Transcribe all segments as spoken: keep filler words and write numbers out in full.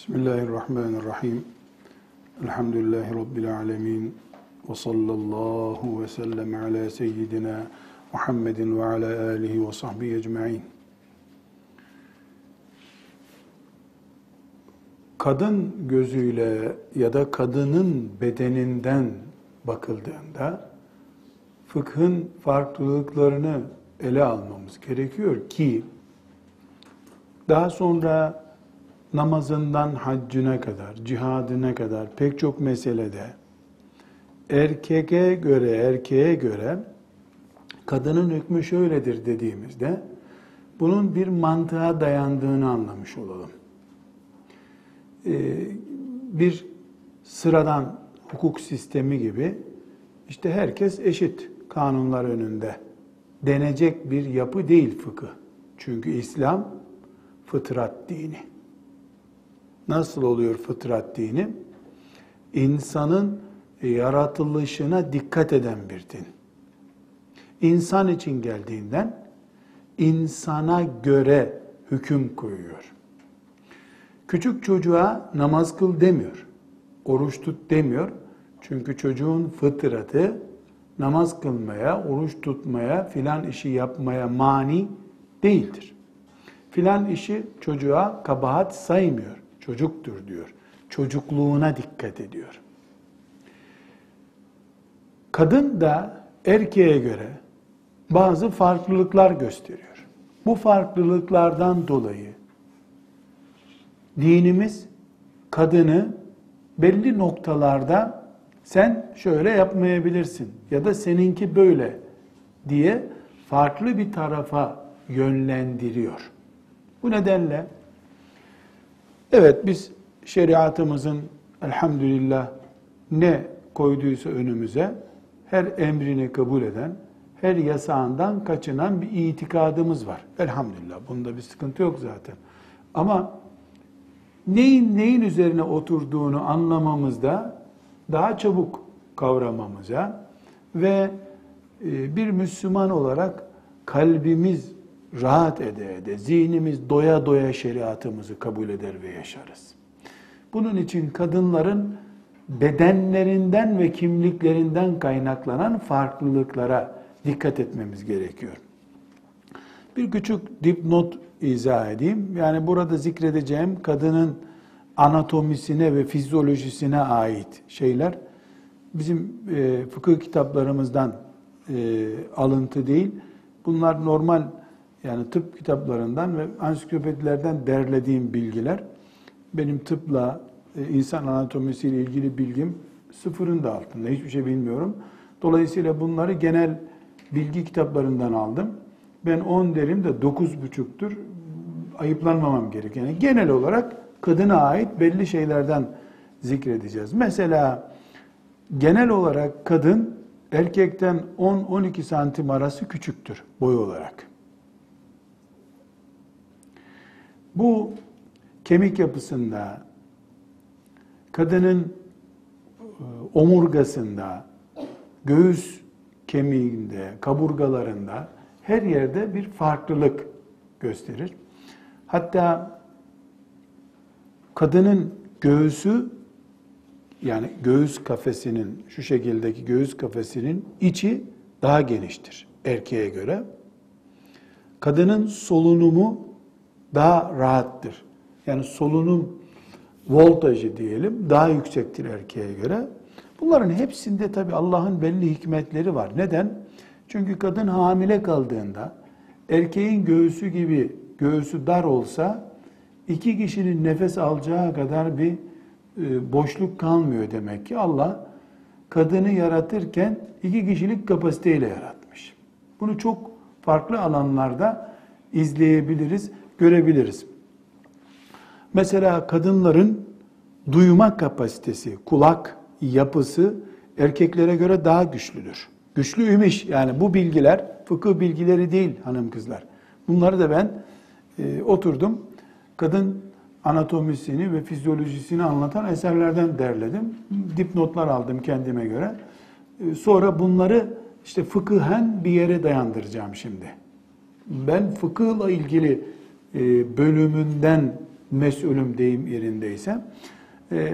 Bismillahirrahmanirrahim. Elhamdülillahi Rabbil alemin. Ve sallallahu ve sellem ala seyyidina Muhammedin ve ala alihi ve sahbihi ecma'in. Kadın gözüyle ya da kadının bedeninden bakıldığında fıkhın farklılıklarını ele almamız gerekiyor ki daha sonra namazından haccına kadar, cihadına kadar pek çok meselede erkeğe göre, erkeğe göre kadının hükmü şöyledir dediğimizde bunun bir mantığa dayandığını anlamış olalım. Ee, bir sıradan hukuk sistemi gibi işte herkes eşit kanunlar önünde denecek bir yapı değil fıkıh. Çünkü İslam fıtrat dini. Nasıl oluyor fıtrat dini? İnsanın yaratılışına dikkat eden bir din. İnsan için geldiğinden insana göre hüküm koyuyor. Küçük çocuğa namaz kıl demiyor, oruç tut demiyor. Çünkü çocuğun fıtratı namaz kılmaya, oruç tutmaya, filan işi yapmaya mani değildir. Filan işi çocuğa kabahat saymıyor. Çocuktur diyor. Çocukluğuna dikkat ediyor. Kadın da erkeğe göre bazı farklılıklar gösteriyor. Bu farklılıklardan dolayı dinimiz kadını belli noktalarda sen şöyle yapmayabilirsin ya da seninki böyle diye farklı bir tarafa yönlendiriyor. Bu nedenle evet biz şeriatımızın elhamdülillah ne koyduysa önümüze her emrini kabul eden, her yasağından kaçınan bir itikadımız var. Elhamdülillah bunda bir sıkıntı yok zaten. Ama neyin neyin üzerine oturduğunu anlamamızda daha çabuk kavramamıza ve bir Müslüman olarak kalbimiz rahat ede ede, zihnimiz doya doya şeriatımızı kabul eder ve yaşarız. Bunun için kadınların bedenlerinden ve kimliklerinden kaynaklanan farklılıklara dikkat etmemiz gerekiyor. Bir küçük dipnot izah edeyim. Yani burada zikredeceğim kadının anatomisine ve fizyolojisine ait şeyler bizim e, fıkıh kitaplarımızdan e, alıntı değil. Bunlar normal yani tıp kitaplarından ve ansiklopedilerden derlediğim bilgiler. Benim tıpla, e, insan anatomisiyle ilgili bilgim sıfırın da altında. Hiçbir şey bilmiyorum. Dolayısıyla bunları genel bilgi kitaplarından aldım. Ben on derim de dokuz buçuktur. Ayıplanmamam gerek. Yani genel olarak kadına ait belli şeylerden zikredeceğiz. Mesela genel olarak kadın erkekten on on iki santim arası küçüktür boy olarak. Bu kemik yapısında, kadının omurgasında, göğüs kemiğinde, kaburgalarında her yerde bir farklılık gösterir. Hatta kadının göğsü yani göğüs kafesinin şu şekildeki göğüs kafesinin içi daha geniştir erkeğe göre. Kadının solunumu daha rahattır. Yani solunum voltajı diyelim daha yüksektir erkeğe göre. Bunların hepsinde tabii Allah'ın belli hikmetleri var. Neden? Çünkü kadın hamile kaldığında erkeğin göğsü gibi göğsü dar olsa iki kişinin nefes alacağı kadar bir e, boşluk kalmıyor demek ki. Allah kadını yaratırken iki kişilik kapasiteyle yaratmış. Bunu çok farklı alanlarda izleyebiliriz, görebiliriz. Mesela kadınların duyma kapasitesi, kulak yapısı erkeklere göre daha güçlüdür. Güçlü imiş yani bu bilgiler fıkıh bilgileri değil hanım kızlar. Bunları da ben e, oturdum kadın anatomisini ve fizyolojisini anlatan eserlerden derledim. Dipnotlar aldım kendime göre. E, sonra bunları işte fıkıhen bir yere dayandıracağım şimdi. Ben fıkıhla ilgili e, bölümünden mesulüm deyim yerindeyse. E,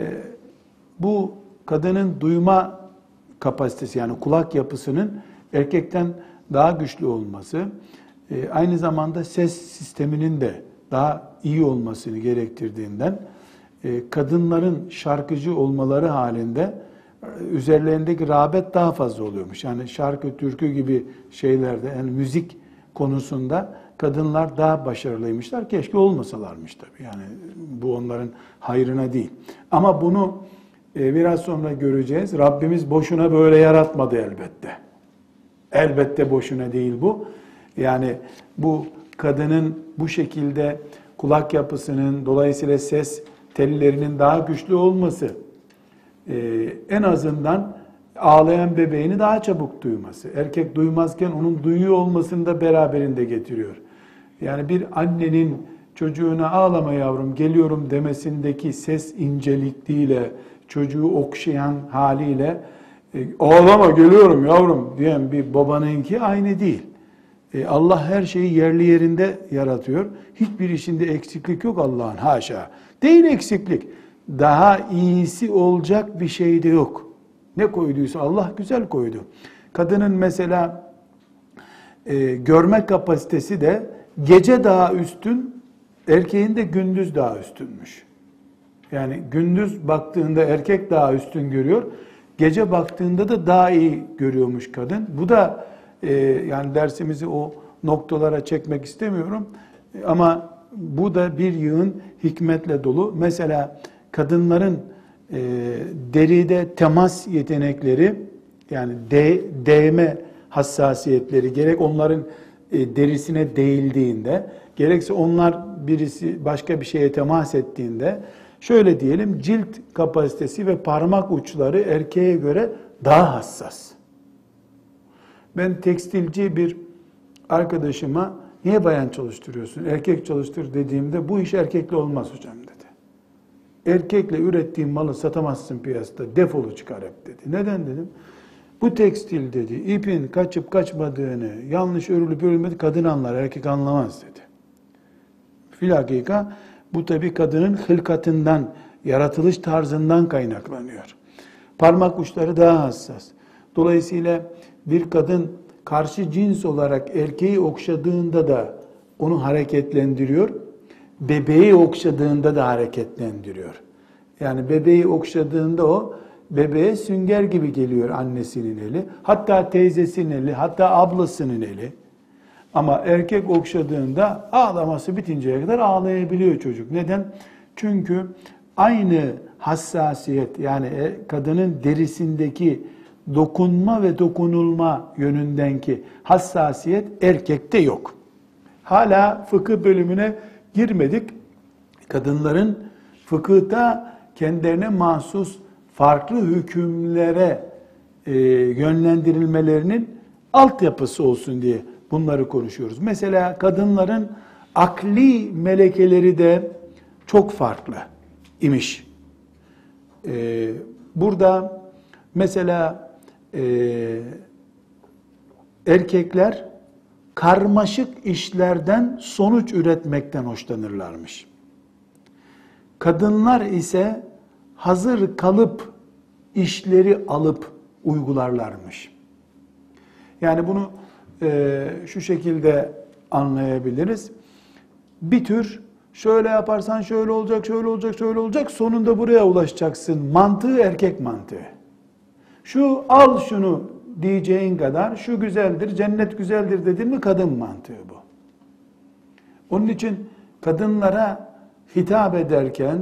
bu kadının duyma kapasitesi, yani kulak yapısının erkekten daha güçlü olması, e, aynı zamanda ses sisteminin de daha iyi olmasını gerektirdiğinden e, kadınların şarkıcı olmaları halinde e, üzerlerindeki rağbet daha fazla oluyormuş. Yani şarkı, türkü gibi şeylerde, yani müzik konusunda kadınlar daha başarılıymışlar. Keşke olmasalarmış tabii. Yani bu onların hayrına değil. Ama bunu e, biraz sonra göreceğiz. Rabbimiz boşuna böyle yaratmadı elbette. Elbette boşuna değil bu. Yani bu kadının bu şekilde kulak yapısının, dolayısıyla ses tellerinin daha güçlü olması, e, en azından ağlayan bebeğini daha çabuk duyması. Erkek duymazken onun duyuyor olmasını da beraberinde getiriyor. Yani bir annenin çocuğuna ağlama yavrum geliyorum demesindeki ses incelikliğiyle, çocuğu okşayan haliyle e, ağlama geliyorum yavrum diyen bir babanınki aynı değil. E, Allah her şeyi yerli yerinde yaratıyor. Hiçbir işinde eksiklik yok Allah'ın, haşa. Değil eksiklik. Daha iyisi olacak bir şey de yok. Ne koyduysa Allah güzel koydu. Kadının mesela e, görme kapasitesi de gece daha üstün, erkeğin de gündüz daha üstünmüş. Yani gündüz baktığında erkek daha üstün görüyor, gece baktığında da daha iyi görüyormuş kadın. Bu da e, yani dersimizi o noktalara çekmek istemiyorum ama bu da bir yığın hikmetle dolu. Mesela kadınların e, deride temas yetenekleri, yani de, değme hassasiyetleri, gerek onların e, derisine değildiğinde, gerekse onlar birisi başka bir şeye temas ettiğinde, şöyle diyelim, cilt kapasitesi ve parmak uçları erkeğe göre daha hassas. Ben tekstilci bir arkadaşıma niye bayan çalıştırıyorsun, erkek çalıştır dediğimde bu iş erkekle olmaz hocam dedi. Erkekle ürettiğin malı satamazsın piyasada, defolu çıkar hep dedi. Neden dedim? Bu tekstil dedi, ipin kaçıp kaçmadığını, yanlış örülüp örülmedi kadın anlar, erkek anlamaz dedi. Filhakika bu tabi kadının hılkatından, yaratılış tarzından kaynaklanıyor. Parmak uçları daha hassas. Dolayısıyla bir kadın karşı cins olarak erkeği okşadığında da onu hareketlendiriyor, bebeği okşadığında da hareketlendiriyor. Yani bebeği okşadığında o, bebeğe sünger gibi geliyor annesinin eli, hatta teyzesinin eli, hatta ablasının eli. Ama erkek okşadığında ağlaması bitinceye kadar ağlayabiliyor çocuk. Neden? Çünkü aynı hassasiyet, yani kadının derisindeki dokunma ve dokunulma yönündenki hassasiyet erkekte yok. Hala fıkıh bölümüne girmedik. Kadınların fıkıhta kendilerine mahsus farklı hükümlere e, yönlendirilmelerinin altyapısı olsun diye bunları konuşuyoruz. Mesela kadınların akli melekeleri de çok farklı imiş. Ee, burada mesela e, erkekler karmaşık işlerden sonuç üretmekten hoşlanırlarmış. Kadınlar ise hazır kalıp işleri alıp uygularlarmış. Yani bunu e, şu şekilde anlayabiliriz. Bir tür şöyle yaparsan şöyle olacak, şöyle olacak, şöyle olacak, sonunda buraya ulaşacaksın mantığı erkek mantığı. Şu al şunu diyeceğin kadar şu güzeldir, cennet güzeldir dedin mi kadın mantığı bu. Onun için kadınlara hitap ederken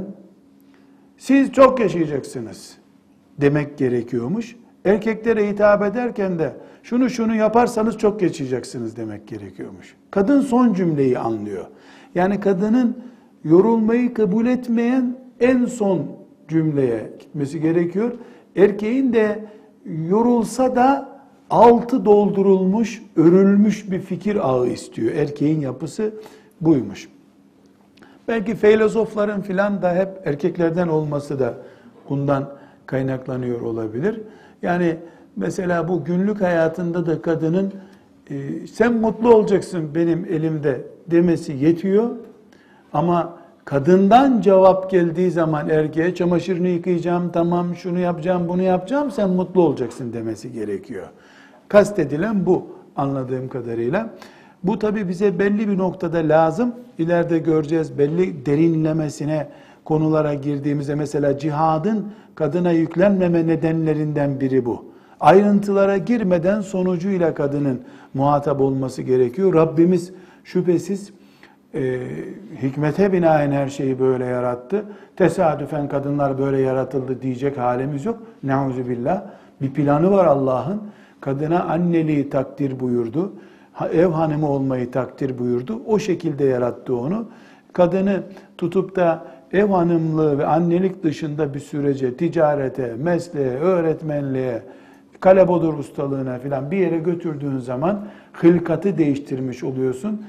siz çok yaşayacaksınız demek gerekiyormuş. Erkeklere hitap ederken de şunu şunu yaparsanız çok yaşayacaksınız demek gerekiyormuş. Kadın son cümleyi anlıyor. Yani kadının yorulmayı kabul etmeyen en son cümleye gitmesi gerekiyor. Erkeğin de yorulsa da altı doldurulmuş, örülmüş bir fikir ağı istiyor. Erkeğin yapısı buymuş. Belki filozofların filan da hep erkeklerden olması da bundan kaynaklanıyor olabilir. Yani mesela bu günlük hayatında da kadının e, sen mutlu olacaksın benim elimde demesi yetiyor. Ama Kadından cevap geldiği zaman erkeğe çamaşırını yıkayacağım, tamam şunu yapacağım, bunu yapacağım, sen mutlu olacaksın demesi gerekiyor. Kastedilen bu anladığım kadarıyla. Bu tabi bize belli bir noktada lazım. İleride göreceğiz, belli derinlemesine konulara girdiğimizde mesela cihadın kadına yüklenmeme nedenlerinden biri bu. Ayrıntılara girmeden sonucuyla kadının muhatap olması gerekiyor. Rabbimiz şüphesiz e, hikmete binaen her şeyi böyle yarattı. Tesadüfen kadınlar böyle yaratıldı diyecek halimiz yok. Neuzubillah. Bir planı var Allah'ın. Kadına anneliği takdir buyurdu. Ev hanımı olmayı takdir buyurdu. O şekilde yarattı onu. Kadını tutup da ev hanımlığı ve annelik dışında bir sürece, ticarete, mesleğe, öğretmenliğe, kalebodur ustalığına filan bir yere götürdüğün zaman hılkatı değiştirmiş oluyorsun.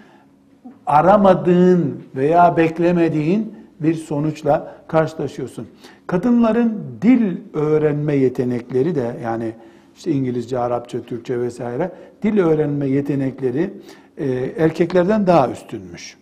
Aramadığın veya beklemediğin bir sonuçla karşılaşıyorsun. Kadınların dil öğrenme yetenekleri de, yani işte İngilizce, Arapça, Türkçe vesaire dil öğrenme yetenekleri e, erkeklerden daha üstünmüş.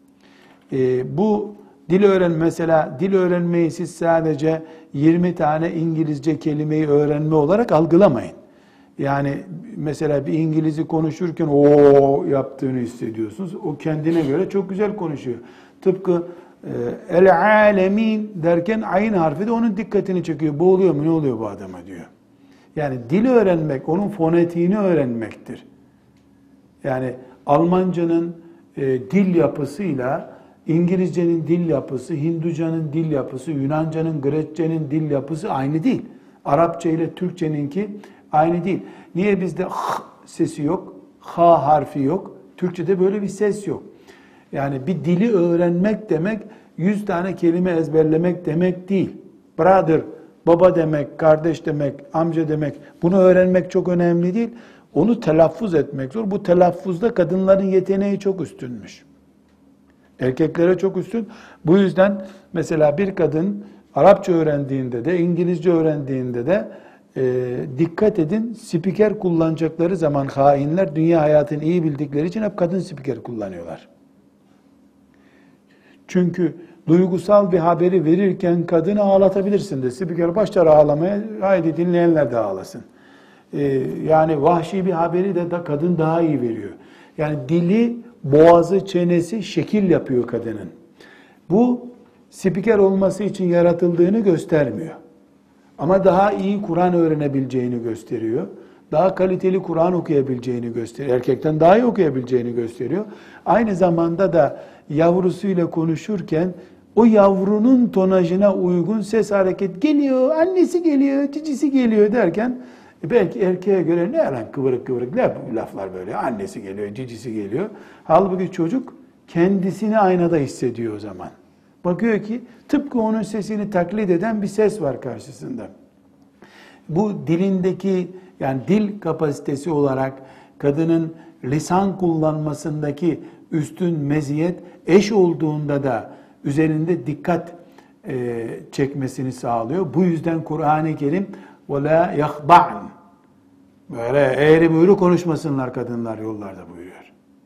E, bu dil öğrenme, mesela dil öğrenmeyi siz sadece yirmi tane İngilizce kelimeyi öğrenme olarak algılamayın. Yani mesela bir İngilizce konuşurken o yaptığını hissediyorsunuz. O kendine göre çok güzel konuşuyor. Tıpkı e, el alemin derken ayn harfi de onun dikkatini çekiyor. Bu oluyor mu, ne oluyor bu adama diyor. Yani dil öğrenmek, onun fonetiğini öğrenmektir. Yani Almancanın e, dil yapısıyla İngilizcenin dil yapısı, Hinducanın dil yapısı, Yunancanın, Grekçenin dil yapısı aynı değil. Arapça ile Türkçeninki aynı değil. Niye bizde h sesi yok, ha harfi yok? Türkçede böyle bir ses yok. Yani bir dili öğrenmek demek, yüz tane kelime ezberlemek demek değil. Brother, baba demek, kardeş demek, amca demek, bunu öğrenmek çok önemli değil. Onu telaffuz etmek zor. Bu telaffuzda kadınların yeteneği çok üstünmüş. Erkeklere çok üstün. Bu yüzden mesela bir kadın Arapça öğrendiğinde de, İngilizce öğrendiğinde de e, dikkat edin, spiker kullanacakları zaman hainler dünya hayatını iyi bildikleri için hep kadın spiker kullanıyorlar. Çünkü duygusal bir haberi verirken kadını ağlatabilirsin de, spiker başlar ağlamaya, haydi dinleyenler de ağlasın. Ee, yani vahşi bir haberi de da kadın daha iyi veriyor. Yani dili, boğazı, çenesi şekil yapıyor kadının. Bu spiker olması için yaratıldığını göstermiyor. Ama daha iyi Kur'an öğrenebileceğini gösteriyor. Daha kaliteli Kur'an okuyabileceğini gösteriyor. Erkekten daha iyi okuyabileceğini gösteriyor. Aynı zamanda da yavrusuyla konuşurken o yavrunun tonajına uygun ses hareket geliyor, annesi geliyor, cicisi geliyor derken belki erkeğe göre ne lan kıvırık kıvırık laflar böyle, annesi geliyor, cicisi geliyor. Halbuki çocuk kendisini aynada hissediyor o zaman. Bakıyor ki tıpkı onun sesini taklit eden bir ses var karşısında. Bu dilindeki, yani dil kapasitesi olarak kadının lisan kullanmasındaki üstün meziyet eş olduğunda da üzerinde dikkat e, çekmesini sağlıyor. Bu yüzden Kur'an-ı Kerim وَلَا يَخْضَعْنَ böyle eğri büğrü konuşmasınlar kadınlar yollarda buyuruyor.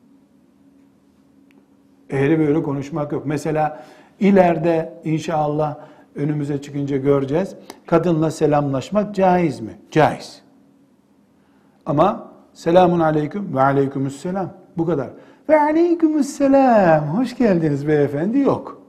Eğri büğrü konuşmak yok. Mesela ileride inşallah önümüze çıkınca göreceğiz. Kadınla selamlaşmak caiz mi? Caiz. Ama selamun aleyküm ve aleykümüsselam. Bu kadar. Ve aleykümüsselam. Hoş geldiniz beyefendi yok.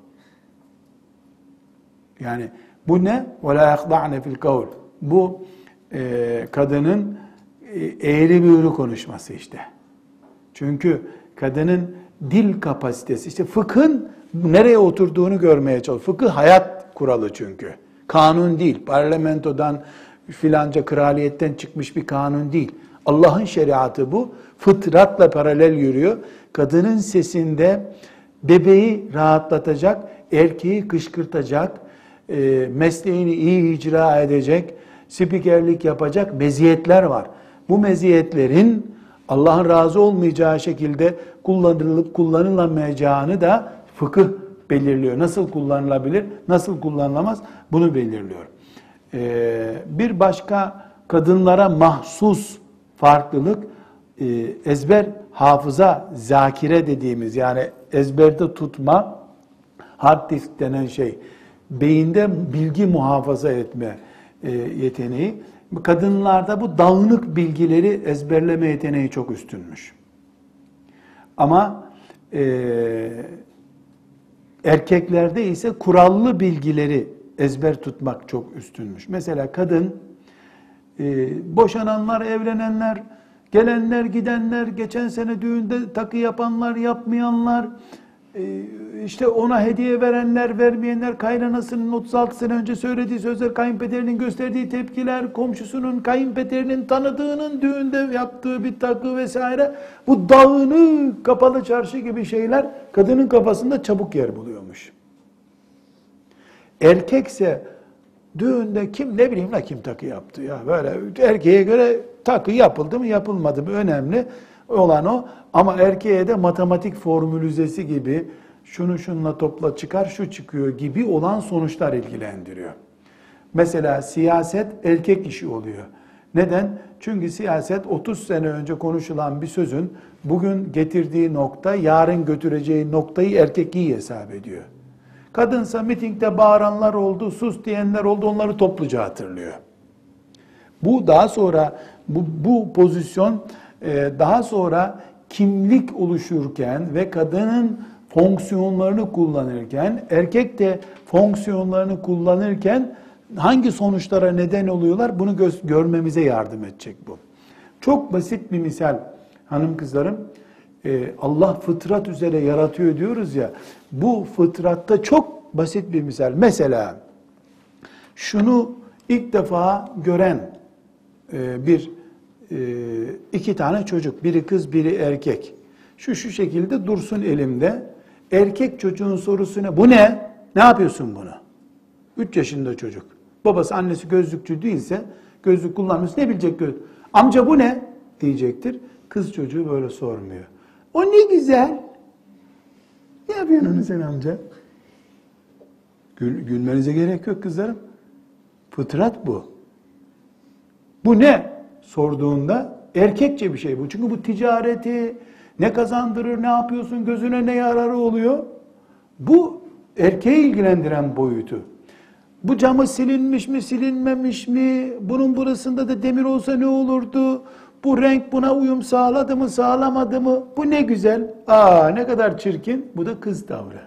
Yani bu ne? وَلَا يَخْضَعْنَ فِي الْقَوْلِ Bu e, kadının e, eğri büğrü konuşması işte. Çünkü kadının dil kapasitesi, işte fıkhın nereye oturduğunu görmeye çalışıyor. Fıkıh hayat kuralı çünkü. Kanun değil. Parlamentodan filanca kraliyetten çıkmış bir kanun değil. Allah'ın şeriatı bu. Fıtratla paralel yürüyor. Kadının sesinde bebeği rahatlatacak, erkeği kışkırtacak, e, mesleğini iyi icra edecek, spikerlik yapacak meziyetler var. Bu meziyetlerin Allah'ın razı olmayacağı şekilde kullanılıp kullanılamayacağını da fıkıh belirliyor. Nasıl kullanılabilir, nasıl kullanılamaz bunu belirliyor. Ee, bir başka kadınlara mahsus farklılık e, ezber hafıza, zakire dediğimiz, yani ezberde tutma, Hard disk denen şey, beyinde bilgi muhafaza etme e, yeteneği. Kadınlarda bu dağınık bilgileri ezberleme yeteneği çok üstünmüş. Ama e, erkeklerde ise kurallı bilgileri ezber tutmak çok üstünmüş. Mesela kadın, e, boşananlar, evlenenler, gelenler, gidenler, geçen sene düğünde takı yapanlar, yapmayanlar, e, işte ona hediye verenler, vermeyenler, kaynanasının otuz altı sene önce söylediği sözler, kayınpederinin gösterdiği tepkiler, komşusunun, kayınpederinin tanıdığının düğünde yaptığı bir takı vesaire, bu dağınık, kapalı çarşı gibi şeyler kadının kafasında çabuk yer buluyormuş. Erkekse düğünde kim, ne bileyim la kim takı yaptı ya, böyle erkeğe göre takı yapıldı mı yapılmadı mı önemli olan o, ama erkeğe de matematik formülizesi gibi şunu şunla topla çıkar şu çıkıyor gibi olan sonuçlar ilgilendiriyor. Mesela siyaset erkek işi oluyor. Neden? Çünkü siyaset otuz sene önce konuşulan bir sözün bugün getirdiği nokta, yarın götüreceği noktayı erkek iyi hesap ediyor. Kadınsa mitingde bağıranlar oldu, sus diyenler oldu, onları topluca hatırlıyor. Bu daha sonra, bu, bu pozisyon e, daha sonra kimlik oluşurken ve kadının fonksiyonlarını kullanırken, erkek de fonksiyonlarını kullanırken hangi sonuçlara neden oluyorlar, bunu gö- görmemize yardım edecek bu. Çok basit bir misal hanım kızlarım. Ee, Allah fıtrat üzere yaratıyor diyoruz ya, bu fıtratta çok basit bir misal. Mesela şunu ilk defa gören e, bir e, iki tane çocuk, biri kız biri erkek, şu şu şekilde dursun elimde. Erkek çocuğun sorusu ne? Bu ne? Ne yapıyorsun bunu? üç yaşında çocuk. Babası annesi gözlükçü değilse, gözlük kullanmış, ne bilecek göz? Amca bu ne? Diyecektir. Kız çocuğu böyle sormuyor. O ne güzel. Ne yapıyorsun onu sen amca? Gül, gülmenize gerek yok kızlarım. Fıtrat bu. Bu ne? Sorduğunda erkekçe bir şey bu. Çünkü bu ticareti ne kazandırır, ne yapıyorsun, gözüne ne yararı oluyor? Bu erkeği ilgilendiren boyutu. Bu camı silinmiş mi, silinmemiş mi? Bunun burasında da demir olsa ne olurdu? Bu renk buna uyum sağladı mı, sağlamadı mı? Bu ne güzel. Aa ne kadar çirkin. Bu da kız tavrı.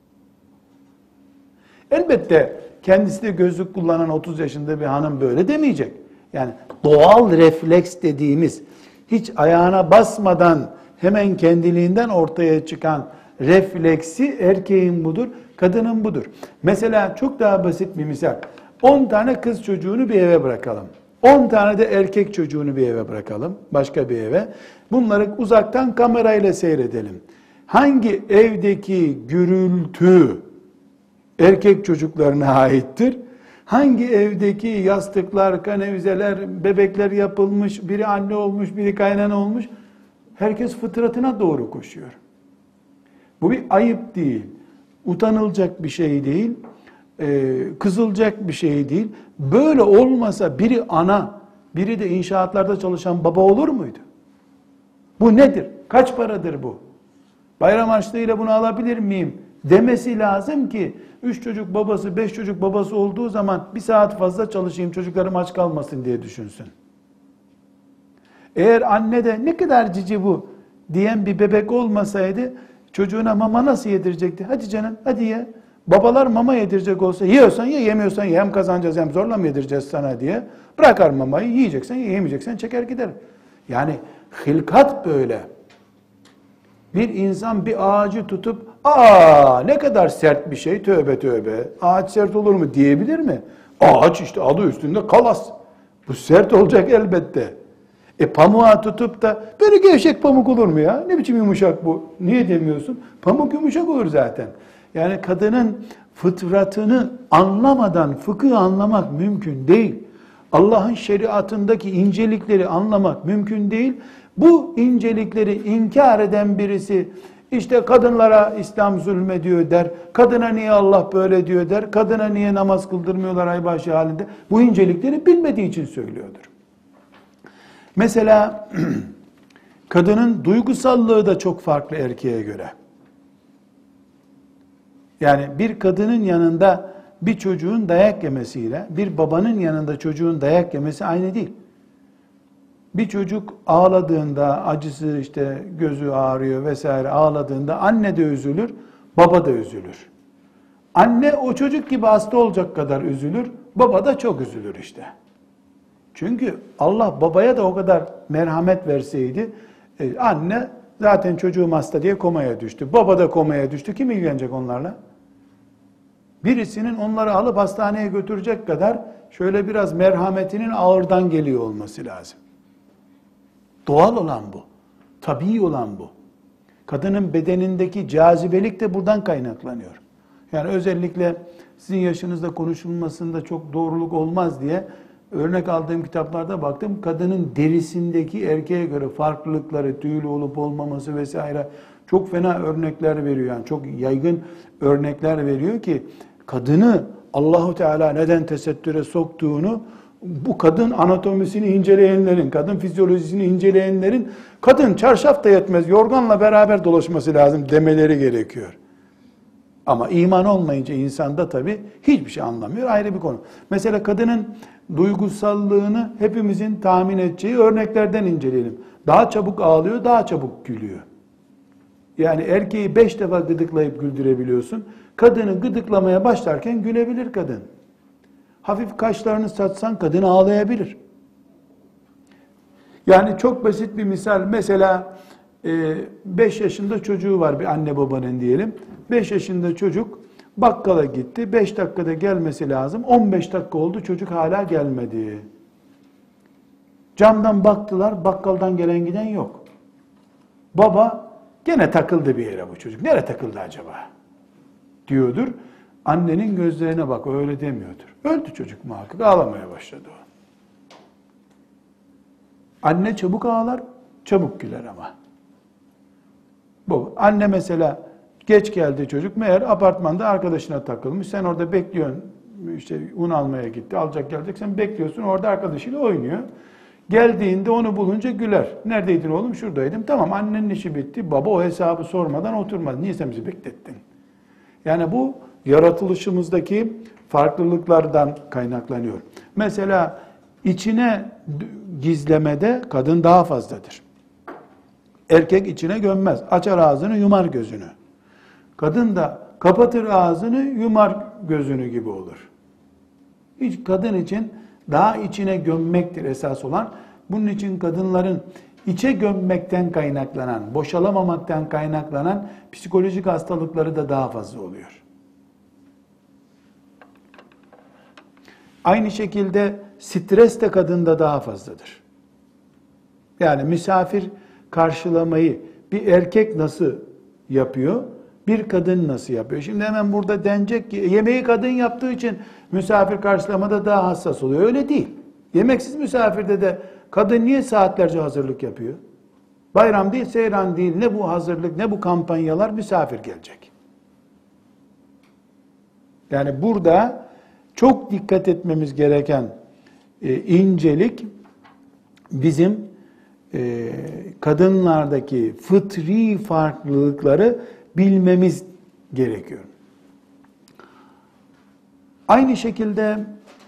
Elbette kendisi de gözlük kullanan otuz yaşında bir hanım böyle demeyecek. Yani doğal refleks dediğimiz, hiç ayağına basmadan hemen kendiliğinden ortaya çıkan refleksi erkeğin budur, kadının budur. Mesela çok daha basit bir misal. on tane kız çocuğunu bir eve bırakalım. on tane de erkek çocuğunu bir eve bırakalım, başka bir eve. Bunları uzaktan kamerayla seyredelim. Hangi evdeki gürültü erkek çocuklarına aittir? Hangi evdeki yastıklar, kanevizeler, bebekler yapılmış, biri anne olmuş, biri kaynana olmuş? Herkes fıtratına doğru koşuyor. Bu bir ayıp değil, utanılacak bir şey değil, kızılacak bir şey değil. Böyle olmasa biri ana, biri de inşaatlarda çalışan baba olur muydu? Bu nedir? Kaç paradır bu? Bayram harçlığıyla bunu alabilir miyim? Demesi lazım ki üç çocuk babası, beş çocuk babası olduğu zaman bir saat fazla çalışayım, çocuklarım aç kalmasın diye düşünsün. Eğer anne de ne kadar cici bu diyen bir bebek olmasaydı çocuğuna mama nasıl yedirecekti? Hadi canım, hadi ye. Babalar mama yedirecek olsa, yiyorsan ye, yemiyorsan ye, hem kazanacağız hem zorla mı yedireceğiz sana diye bırakar mamayı, yiyeceksen ye, yemeyeceksen çeker gider. Yani hilkat böyle. Bir insan bir ağacı tutup, aa ne kadar sert bir şey, tövbe tövbe, ağaç sert olur mu diyebilir mi? Ağaç işte adı üstünde kalas. Bu sert olacak elbette. E pamuğa tutup da böyle gevşek pamuk olur mu ya? Ne biçim yumuşak bu? Niye demiyorsun? Pamuk yumuşak olur zaten. Yani kadının fıtratını anlamadan fıkıh anlamak mümkün değil. Allah'ın şeriatındaki incelikleri anlamak mümkün değil. Bu incelikleri inkar eden birisi işte kadınlara İslam zulmediyor der, kadına niye Allah böyle diyor der, kadına niye namaz kıldırmıyorlar aybaşı halinde, bu incelikleri bilmediği için söylüyordur. Mesela kadının duygusallığı da çok farklı erkeğe göre. Yani bir kadının yanında bir çocuğun dayak yemesiyle bir babanın yanında çocuğun dayak yemesi aynı değil. Bir çocuk ağladığında, acısı işte gözü ağrıyor vesaire ağladığında anne de üzülür, baba da üzülür. Anne o çocuk gibi hasta olacak kadar üzülür, baba da çok üzülür işte. Çünkü Allah babaya da o kadar merhamet verseydi, e, anne zaten çocuğum hasta diye komaya düştü. Baba da komaya düştü. Kim ilgilenecek onlarla? Birisinin onları alıp hastaneye götürecek kadar şöyle biraz merhametinin ağırdan geliyor olması lazım. Doğal olan bu. Tabii olan bu. Kadının bedenindeki cazibelik de buradan kaynaklanıyor. Yani özellikle sizin yaşınızda konuşulmasında çok doğruluk olmaz diye örnek aldığım kitaplarda baktım. Kadının derisindeki erkeğe göre farklılıkları, tüylü olup olmaması vesaire çok fena örnekler veriyor. Yani çok yaygın örnekler veriyor ki kadını Allahu Teala neden tesettüre soktuğunu bu kadın anatomisini inceleyenlerin, kadın fizyolojisini inceleyenlerin kadın çarşaf da yetmez, yorganla beraber dolaşması lazım demeleri gerekiyor. Ama iman olmayınca insanda tabii hiçbir şey anlamıyor. Ayrı bir konu. Mesela kadının duygusallığını hepimizin tahmin edeceği örneklerden inceleyelim. Daha çabuk ağlıyor, daha çabuk gülüyor. Yani erkeği beş defa gıdıklayıp güldürebiliyorsun. Kadını gıdıklamaya başlarken gülebilir kadın. Hafif kaşlarını satsan kadın ağlayabilir. Yani çok basit bir misal. Mesela beş yaşında çocuğu var bir anne babanın diyelim. beş yaşında çocuk bakkala gitti. beş dakikada gelmesi lazım. on beş dakika oldu çocuk hala gelmedi. Camdan baktılar bakkaldan gelen giden yok. Baba gene takıldı bir yere bu çocuk. Nereye takıldı acaba? Diyordur. Annenin gözlerine bak öyle demiyordur. Öldü çocuk muhakkak ağlamaya başladı o. Anne çabuk ağlar, çabuk güler ama. Bu anne mesela geç geldi çocuk meğer apartmanda arkadaşına takılmış. Sen orada bekliyorsun. İşte un almaya gitti. Alacak gelecek. Sen bekliyorsun. Orada arkadaşıyla oynuyor. Geldiğinde onu bulunca güler. Neredeydin oğlum? Şuradaydım. Tamam annenin işi bitti. Baba o hesabı sormadan oturmadı. Niye sen bizi beklettin? Yani bu yaratılışımızdaki farklılıklardan kaynaklanıyor. Mesela içine gizlemede kadın daha fazladır. Erkek içine gömmez. Açar ağzını, yumar gözünü. Kadın da kapatır ağzını, yumar gözünü gibi olur. Hiç kadın için daha içine gömmektir esas olan. Bunun için kadınların içe gömmekten kaynaklanan, boşalamamaktan kaynaklanan psikolojik hastalıkları da daha fazla oluyor. Aynı şekilde stres de kadında daha fazladır. Yani misafir karşılamayı bir erkek nasıl yapıyor, bir kadın nasıl yapıyor? Şimdi hemen burada denecek ki yemeği kadın yaptığı için misafir karşılamada daha hassas oluyor. Öyle değil. Yemeksiz misafirde de kadın niye saatlerce hazırlık yapıyor? Bayram değil, seyran değil. Ne bu hazırlık, ne bu kampanyalar, misafir gelecek. Yani burada çok dikkat etmemiz gereken e, incelik bizim e, kadınlardaki fıtri farklılıkları bilmemiz gerekiyor. Aynı şekilde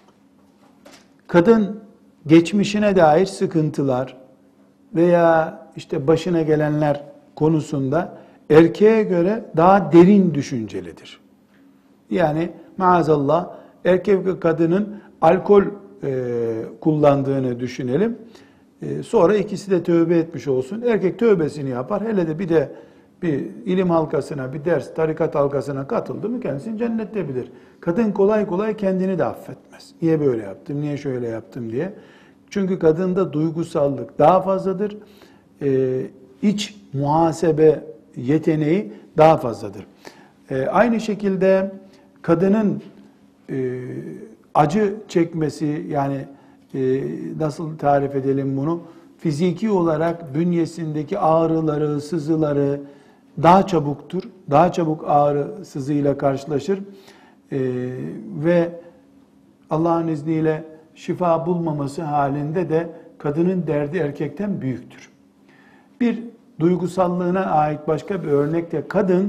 kadın geçmişine dair sıkıntılar veya işte başına gelenler konusunda erkeğe göre daha derin düşüncelidir. Yani maazallah erkek ve kadının alkol e, kullandığını düşünelim. E, sonra ikisi de tövbe etmiş olsun. Erkek tövbesini yapar. Hele de bir de bir ilim halkasına, bir ders, tarikat halkasına katıldı mı kendisini cennette bilir. Kadın kolay kolay kendini de affetmez. Niye böyle yaptım, niye şöyle yaptım diye. Çünkü kadında duygusallık daha fazladır. Ee, iç muhasebe yeteneği daha fazladır. Ee, aynı şekilde kadının e, acı çekmesi, yani e, nasıl tarif edelim bunu? Fiziki olarak bünyesindeki ağrıları, sızıları daha çabuktur. Daha çabuk ağrı, sızıyla karşılaşır. Ee, ve Allah'ın izniyle şifa bulmaması halinde de kadının derdi erkekten büyüktür. Bir duygusallığına ait başka bir örnekte kadın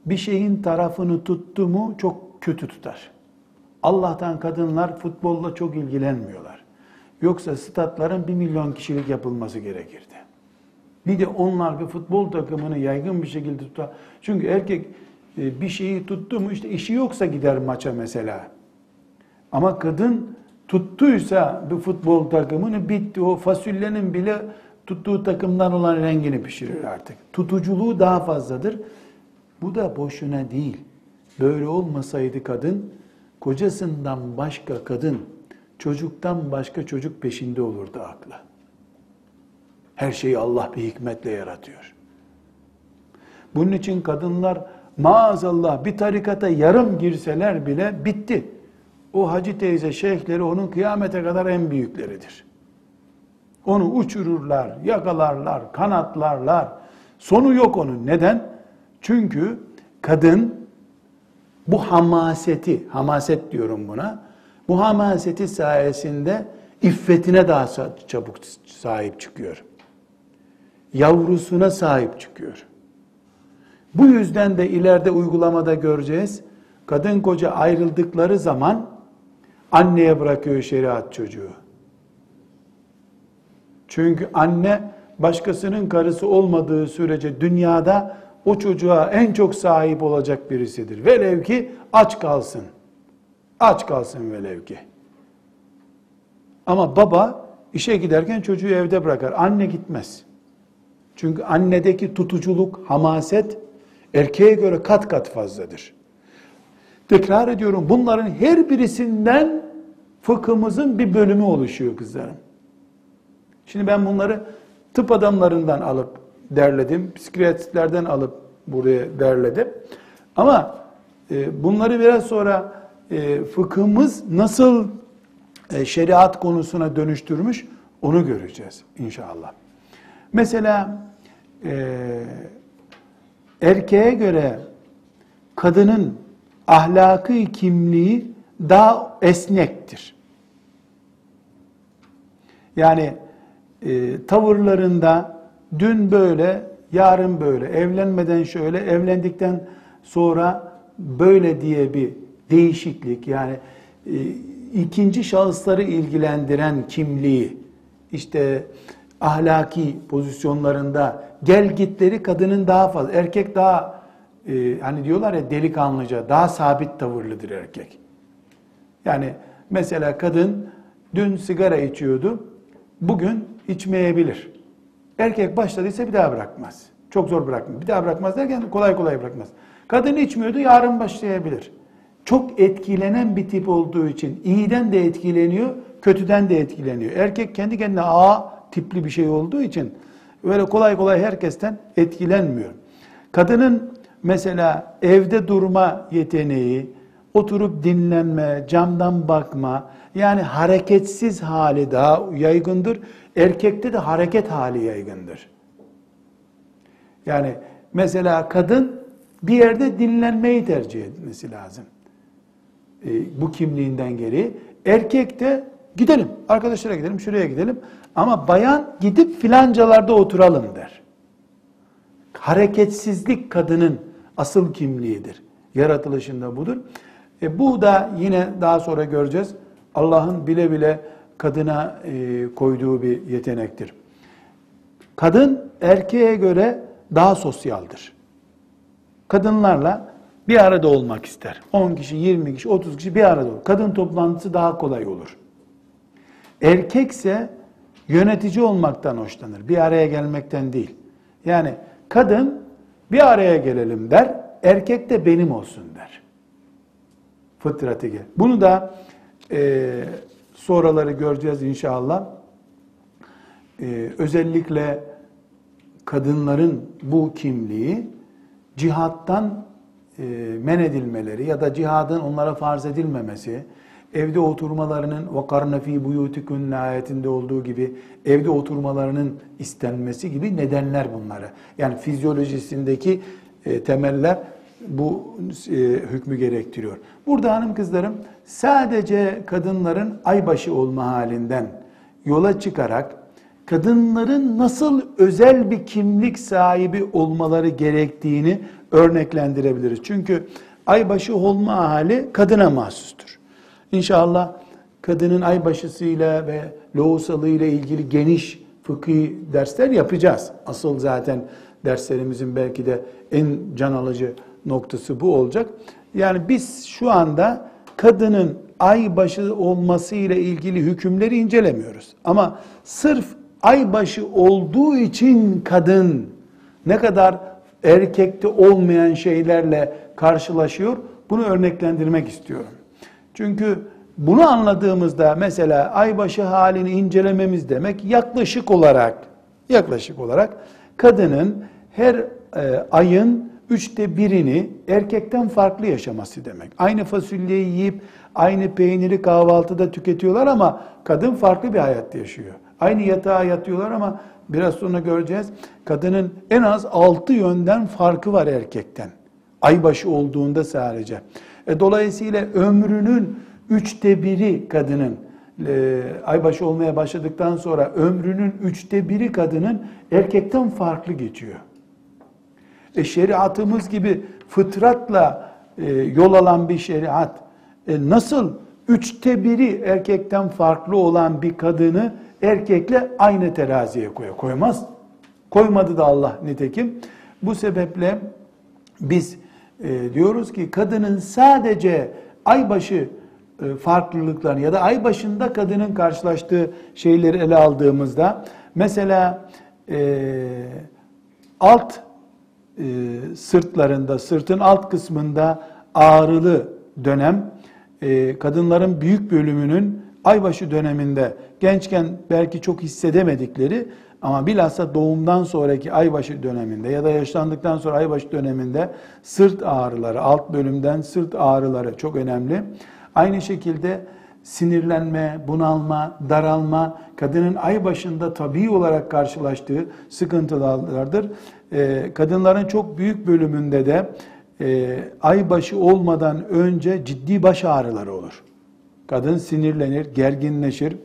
bir şeyin tarafını tuttu mu çok kötü tutar. Allah'tan kadınlar futbolla çok ilgilenmiyorlar. Yoksa statların bir milyon kişilik yapılması gerekirdi. Bir de onlar bir futbol takımını yaygın bir şekilde tutar. Çünkü erkek bir şeyi tuttu mu işte işi yoksa gider maça mesela. Ama kadın tuttuysa bir futbol takımını bitti. O fasulyenin bile tuttuğu takımdan olan rengini pişirir artık. Tutuculuğu daha fazladır. Bu da boşuna değil. Böyle olmasaydı kadın, kocasından başka kadın, çocuktan başka çocuk peşinde olurdu aklı. Her şeyi Allah bir hikmetle yaratıyor. Bunun için kadınlar maazallah bir tarikata yarım girseler bile bitti. O hacı teyze şeyhleri onun kıyamete kadar en büyükleridir. Onu uçururlar, yakalarlar, kanatlarlar. Sonu yok onun. Neden? Çünkü kadın bu hamaseti, hamaset diyorum buna, bu hamaseti sayesinde iffetine daha çabuk sahip çıkıyor. Yavrusuna sahip çıkıyor. Bu yüzden de ileride uygulamada göreceğiz. Kadın koca ayrıldıkları zaman anneye bırakıyor şeriat çocuğu. Çünkü anne başkasının karısı olmadığı sürece dünyada o çocuğa en çok sahip olacak birisidir. Velev ki aç kalsın. Aç kalsın velev ki. Ama baba işe giderken çocuğu evde bırakar. Anne gitmez. Çünkü annedeki tutuculuk, hamaset erkeğe göre kat kat fazladır. Tekrar ediyorum, bunların her birisinden fıkhımızın bir bölümü oluşuyor kızlarım. Şimdi ben bunları tıp adamlarından alıp derledim, psikiyatristlerden alıp buraya derledim. Ama e, bunları biraz sonra e, fıkhımız nasıl e, şeriat konusuna dönüştürmüş onu göreceğiz inşallah. Mesela e, erkeğe göre kadının ahlaki kimliği daha esnektir. Yani e, tavırlarında dün böyle, yarın böyle, evlenmeden şöyle, evlendikten sonra böyle diye bir değişiklik, yani e, ikinci şahısları ilgilendiren kimliği, işte ahlaki pozisyonlarında gelgitleri kadının daha fazla, erkek daha e, hani diyorlar ya delikanlıca, daha sabit tavırlıdır erkek. Yani mesela kadın dün sigara içiyordu, bugün içmeyebilir. Erkek başladıysa bir daha bırakmaz. Çok zor bırakmaz. Bir daha bırakmaz derken kolay kolay bırakmaz. Kadın içmiyordu, yarın başlayabilir. Çok etkilenen bir tip olduğu için iyiden de etkileniyor, kötüden de etkileniyor. Erkek kendi kendine A tipli bir şey olduğu için öyle kolay kolay herkesten etkilenmiyor. Kadının mesela evde durma yeteneği, oturup dinlenme, camdan bakma, yani hareketsiz hali daha yaygındır. Erkekte de hareket hali yaygındır. Yani mesela kadın bir yerde dinlenmeyi tercih etmesi lazım. E, bu kimliğinden geri. Erkek de gidelim, arkadaşlara gidelim, şuraya gidelim. Ama bayan gidip filancalarda oturalım der. Hareketsizlik kadının asıl kimliğidir. Yaratılışında budur. E, bu da yine daha sonra göreceğiz. Allah'ın bile bile kadına e, koyduğu bir yetenektir. Kadın erkeğe göre daha sosyaldir. Kadınlarla bir arada olmak ister. on kişi, yirmi kişi, otuz kişi bir arada olur. Kadın toplantısı daha kolay olur. Erkekse yönetici olmaktan hoşlanır. Bir araya gelmekten değil. Yani kadın bir araya gelelim der, erkek de benim olsun der. Fıtratı gel. Bunu da e, sonraları göreceğiz inşallah. E, özellikle kadınların bu kimliği cihattan e, men edilmeleri ya da cihadın onlara farz edilmemesi, evde oturmalarının وَقَرْنَ ف۪ي بُيُوتِكُنَّ ayetinde olduğu gibi evde oturmalarının istenmesi gibi nedenler bunları. Yani fizyolojisindeki e, temeller bu e, hükmü gerektiriyor. Burada hanım kızlarım sadece kadınların aybaşı olma halinden yola çıkarak kadınların nasıl özel bir kimlik sahibi olmaları gerektiğini örneklendirebiliriz. Çünkü aybaşı olma hali kadına mahsustur. İnşallah kadının aybaşısıyla ve lohusalığıyla ilgili geniş fıkhi dersler yapacağız. Asıl zaten derslerimizin belki de en can alıcı noktası bu olacak. Yani biz şu anda kadının aybaşı olması ile ilgili hükümleri incelemiyoruz. Ama sırf aybaşı olduğu için kadın ne kadar erkekte olmayan şeylerle karşılaşıyor, bunu örneklendirmek istiyorum. Çünkü bunu anladığımızda mesela aybaşı halini incelememiz demek yaklaşık olarak yaklaşık olarak kadının her e, ayın üçte birini erkekten farklı yaşaması demek. Aynı fasulyeyi yiyip aynı peyniri kahvaltıda tüketiyorlar ama kadın farklı bir hayat yaşıyor. Aynı yatağa yatıyorlar ama biraz sonra göreceğiz, kadının en az altı yönden farkı var erkekten. Aybaşı olduğunda sadece. E, dolayısıyla ömrünün üçte biri kadının, e, aybaşı olmaya başladıktan sonra ömrünün üçte biri kadının erkekten farklı geçiyor. E, şeriatımız gibi fıtratla e, yol alan bir şeriat, e, nasıl üçte biri erkekten farklı olan bir kadını erkekle aynı teraziye koyuyor? Koymaz. Koymadı da Allah nitekim. Bu sebeple biz e, diyoruz ki kadının sadece aybaşı e, farklılıklarını ya da aybaşında kadının karşılaştığı şeyleri ele aldığımızda mesela e, alt e, sırtlarında, sırtın alt kısmında ağrılı dönem, e, kadınların büyük bölümünün aybaşı döneminde gençken belki çok hissedemedikleri ama bilhassa doğumdan sonraki aybaşı döneminde ya da yaşlandıktan sonra aybaşı döneminde sırt ağrıları, alt bölümden sırt ağrıları çok önemli. Aynı şekilde sinirlenme, bunalma, daralma, kadının aybaşında tabii olarak karşılaştığı sıkıntılardır. Ee, kadınların çok büyük bölümünde de e, aybaşı olmadan önce ciddi baş ağrıları olur. Kadın sinirlenir, gerginleşir.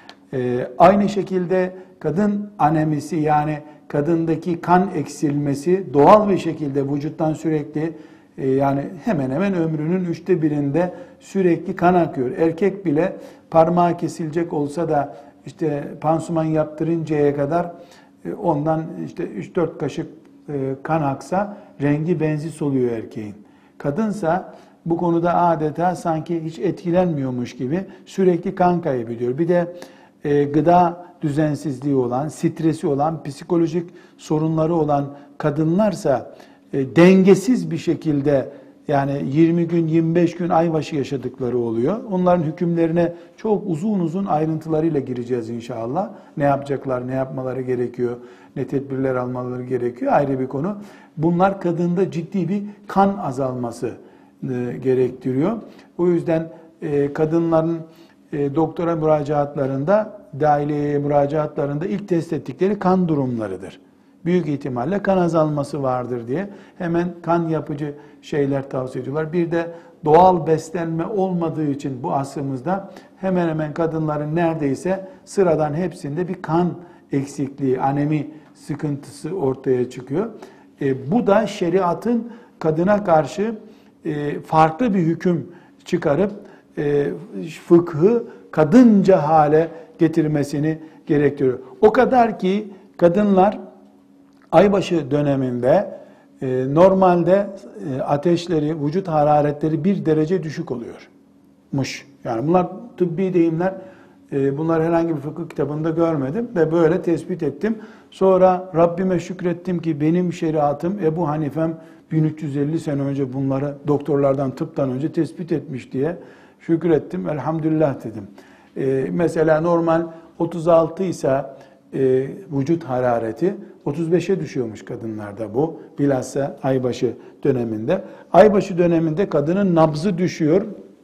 Ee, aynı şekilde kadın anemisi yani kadındaki kan eksilmesi doğal bir şekilde vücuttan sürekli e, yani hemen hemen ömrünün üçte birinde sürekli kan akıyor. Erkek bile parmağı kesilecek olsa da işte pansuman yaptırıncaya kadar e, ondan işte üç dört kaşık e, kan aksa rengi benzi soluyor erkeğin. Kadınsa bu konuda adeta sanki hiç etkilenmiyormuş gibi sürekli kan kaybediyor. Bir de e, gıda düzensizliği olan, stresi olan, psikolojik sorunları olan kadınlarsa e, dengesiz bir şekilde yani yirmi gün, yirmi beş gün aybaşı yaşadıkları oluyor. Onların hükümlerine çok uzun uzun ayrıntılarıyla gireceğiz inşallah. Ne yapacaklar, ne yapmaları gerekiyor, ne tedbirler almaları gerekiyor ayrı bir konu. Bunlar kadında ciddi bir kan azalması gerektiriyor. O yüzden e, kadınların e, doktora müracaatlarında, dahiliyeye müracaatlarında ilk test ettikleri kan durumlarıdır. Büyük ihtimalle kan azalması vardır diye hemen kan yapıcı şeyler tavsiye ediyorlar. Bir de doğal beslenme olmadığı için bu asrımızda hemen hemen kadınların neredeyse sıradan hepsinde bir kan eksikliği, anemi sıkıntısı ortaya çıkıyor. E, bu da şeriatın kadına karşı e, farklı bir hüküm çıkarıp e, fıkhı kadınca hale getirmesini gerektiriyor. O kadar ki kadınlar aybaşı döneminde e, normalde e, ateşleri, vücut hararetleri bir derece düşük oluyormuş. Yani bunlar tıbbi deyimler, e, bunlar herhangi bir fıkıh kitabında görmedim ve böyle tespit ettim. Sonra Rabbime şükrettim ki benim şeriatım Ebu Hanifem bin üç yüz elli sene önce bunları doktorlardan, tıptan önce tespit etmiş diye şükrettim. Elhamdülillah dedim. E, mesela normal otuz altı ise e, vücut harareti otuz beşe düşüyormuş kadınlarda bu. Bilhassa aybaşı döneminde. Aybaşı döneminde kadının nabzı düşüyor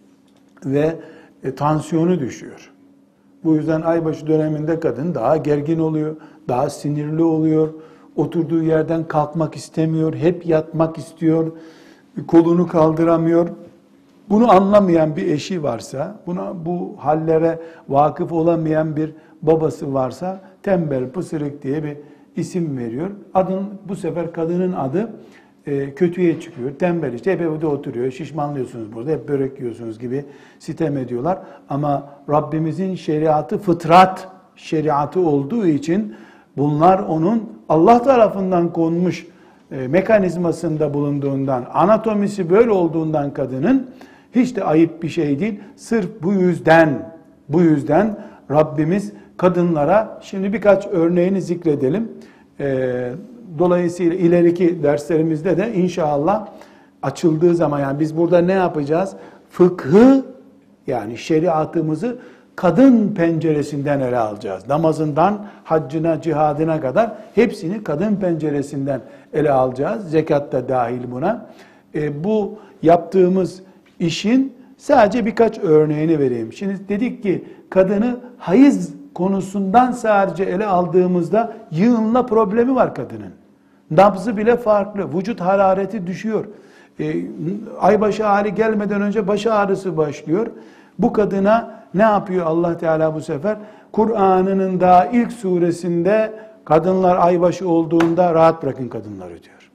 ve e, tansiyonu düşüyor. Bu yüzden aybaşı döneminde kadın daha gergin oluyor, daha sinirli oluyor. Oturduğu yerden kalkmak istemiyor, hep yatmak istiyor, kolunu kaldıramıyor. Bunu anlamayan bir eşi varsa, buna bu hallere vakıf olamayan bir babası varsa tembel, pısırık diye bir isim veriyor. Adın bu sefer kadının adı e, kötüye çıkıyor. Tembel işte, hep evde oturuyor. Şişmanlıyorsunuz burada, hep börek yiyorsunuz gibi sitem ediyorlar. Ama Rabbimizin şeriatı fıtrat şeriatı olduğu için bunlar onun Allah tarafından konmuş e, mekanizmasında bulunduğundan, anatomisi böyle olduğundan kadının hiç de ayıp bir şey değil. Sırf bu yüzden, bu yüzden Rabbimiz kadınlara, şimdi birkaç örneğini zikredelim. E, dolayısıyla ileriki derslerimizde de inşallah açıldığı zaman, yani biz burada ne yapacağız? Fıkhı, yani şeriatımızı kadın penceresinden ele alacağız. Namazından haccına, cihadına kadar hepsini kadın penceresinden ele alacağız. Zekat da dahil buna. E, bu yaptığımız işin sadece birkaç örneğini vereyim. Şimdi dedik ki kadını hayız konusundan sadece ele aldığımızda yığınla problemi var kadının. Nabzı bile farklı. Vücut harareti düşüyor. E, aybaşı hali gelmeden önce baş ağrısı başlıyor. Bu kadına ne yapıyor Allah Teala bu sefer? Kur'an'ının daha ilk suresinde kadınlar aybaşı olduğunda rahat bırakın kadınları diyor.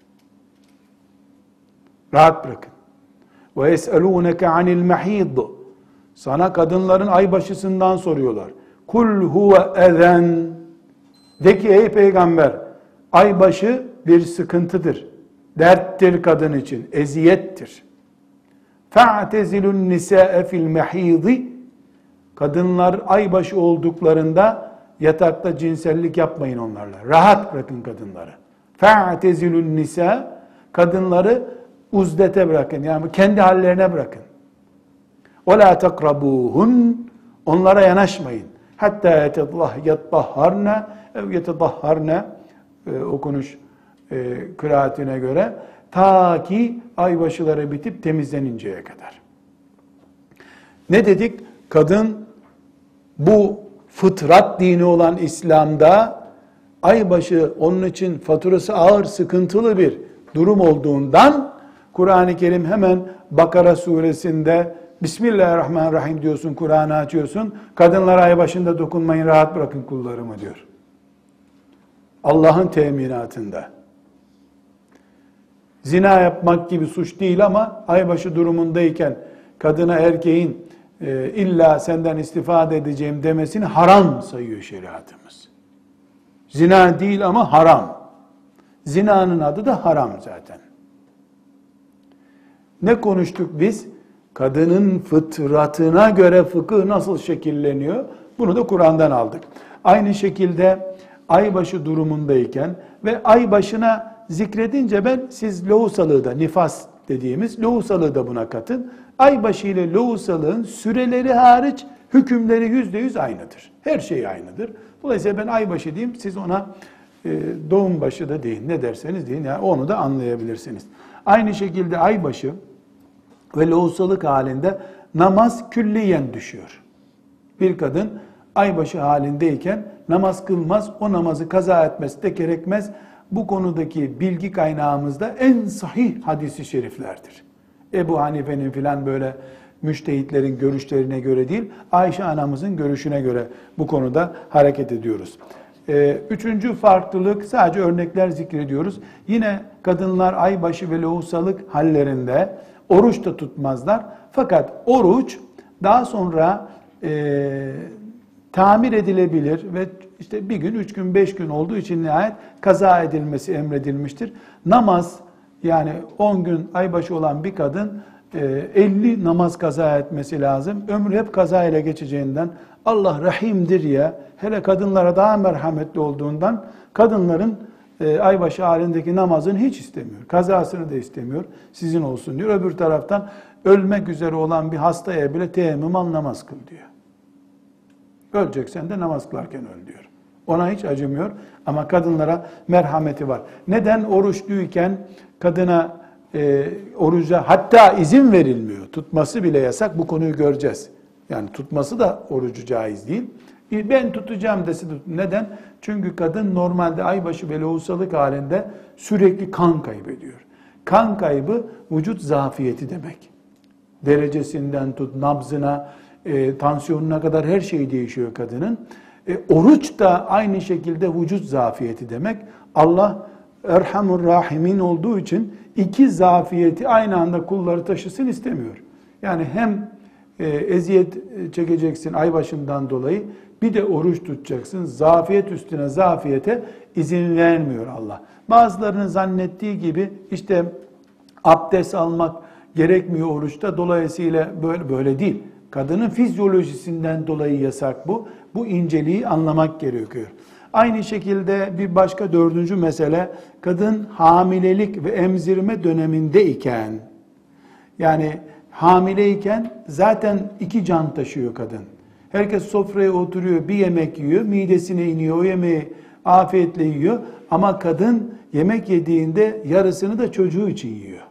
Rahat bırakın. Ve yes'elûneke anil mahîd. Sana kadınların aybaşısından soruyorlar. Kul huve ezen. De ki ey peygamber, aybaşı bir sıkıntıdır. Derttir kadın için, eziyettir. فَاَعْتَزِلُ النِّسَاءَ فِي الْمَح۪يضِ. Kadınlar aybaşı olduklarında yatakta cinsellik yapmayın onlarla. Rahat bırakın kadınları. فَاعْتَزِلُ النِّسَاءَ. Kadınları uzdete bırakın, yani kendi hallerine bırakın. وَلَا تَقْرَبُوهُنْ. Onlara yanaşmayın. hatta yetahharne ev yetahharne okunuş e, kıraatine göre ta ki aybaşıları bitip temizleninceye kadar. Ne dedik? Kadın bu fıtrat dini olan İslam'da aybaşı onun için faturası ağır, sıkıntılı bir durum olduğundan Kur'an-ı Kerim hemen Bakara suresinde Bismillahirrahmanirrahim diyorsun, Kur'an'ı açıyorsun. Kadınlara aybaşında dokunmayın, rahat bırakın kullarımı diyor. Allah'ın teminatında. Zina yapmak gibi suç değil ama aybaşı durumundayken kadına erkeğin e, illa senden istifade edeceğim demesini haram sayıyor şeriatımız. Zina değil ama haram. Zinanın adı da haram zaten. Ne konuştuk biz? Kadının fıtratına göre fıkıh nasıl şekilleniyor? Bunu da Kur'an'dan aldık. Aynı şekilde aybaşı durumundayken ve aybaşına zikredince ben siz lohusalığı da, nifas dediğimiz lohusalığı da buna katın. Aybaşı ile lohusalığın süreleri hariç hükümleri yüzde yüz aynıdır. Her şey aynıdır. Dolayısıyla ben aybaşı diyeyim, siz ona e, doğum başı da deyin. Ne derseniz deyin. Yani onu da anlayabilirsiniz. Aynı şekilde aybaşı ve lohusalık halinde namaz külliyen düşüyor. Bir kadın aybaşı halindeyken namaz kılmaz, o namazı kaza etmesi de gerekmez. Bu konudaki bilgi kaynağımızda en sahih hadisi şeriflerdir. Ebu Hanife'nin filan böyle müştehitlerin görüşlerine göre değil, Ayşe anamızın görüşüne göre bu konuda hareket ediyoruz. Ee, üçüncü farklılık, sadece örnekler zikrediyoruz. Yine kadınlar aybaşı ve lohusalık hallerinde oruç da tutmazlar. Fakat oruç daha sonra e, tamir edilebilir ve işte bir gün, üç gün, beş gün olduğu için nihayet kaza edilmesi emredilmiştir. Namaz, yani on gün aybaşı olan bir kadın elli namaz kaza etmesi lazım. Ömrü hep kaza ile geçeceğinden, Allah rahimdir ya, hele kadınlara daha merhametli olduğundan kadınların aybaşı halindeki namazını hiç istemiyor. Kazasını da istemiyor. Sizin olsun diyor. Öbür taraftan ölmek üzere olan bir hastaya bile teyemmüm al, namaz kıl diyor. Öleceksen de namaz kılarken öl diyor. Ona hiç acımıyor ama kadınlara merhameti var. Neden oruçluyken kadına e, oruca hatta izin verilmiyor? Tutması bile yasak. Bu konuyu göreceğiz. Yani tutması da orucu caiz değil. Ben tutacağım dese tut. Neden? Çünkü kadın normalde aybaşı ve lohusalık halinde sürekli kan kaybediyor. Kan kaybı vücut zafiyeti demek. Derecesinden tut, nabzına, e, tansiyonuna kadar her şey değişiyor kadının. E, oruç da aynı şekilde vücut zafiyeti demek. Allah Erhamur Rahimin olduğu için iki zafiyeti aynı anda kulları taşısın istemiyor. Yani hem e, eziyet çekeceksin aybaşından dolayı, bir de oruç tutacaksın. Zafiyet üstüne zafiyete izin vermiyor Allah. Bazılarının zannettiği gibi işte abdest almak gerekmiyor oruçta. Dolayısıyla böyle böyle değil. Kadının fizyolojisinden dolayı yasak bu. Bu inceliği anlamak gerekiyor. Aynı şekilde bir başka dördüncü mesele, kadın hamilelik ve emzirme dönemindeyken, yani hamileyken zaten iki can taşıyor kadın. Herkes sofraya oturuyor, bir yemek yiyor, midesine iniyor, o yemeği afiyetle yiyor. Ama kadın yemek yediğinde yarısını da çocuğu için yiyor.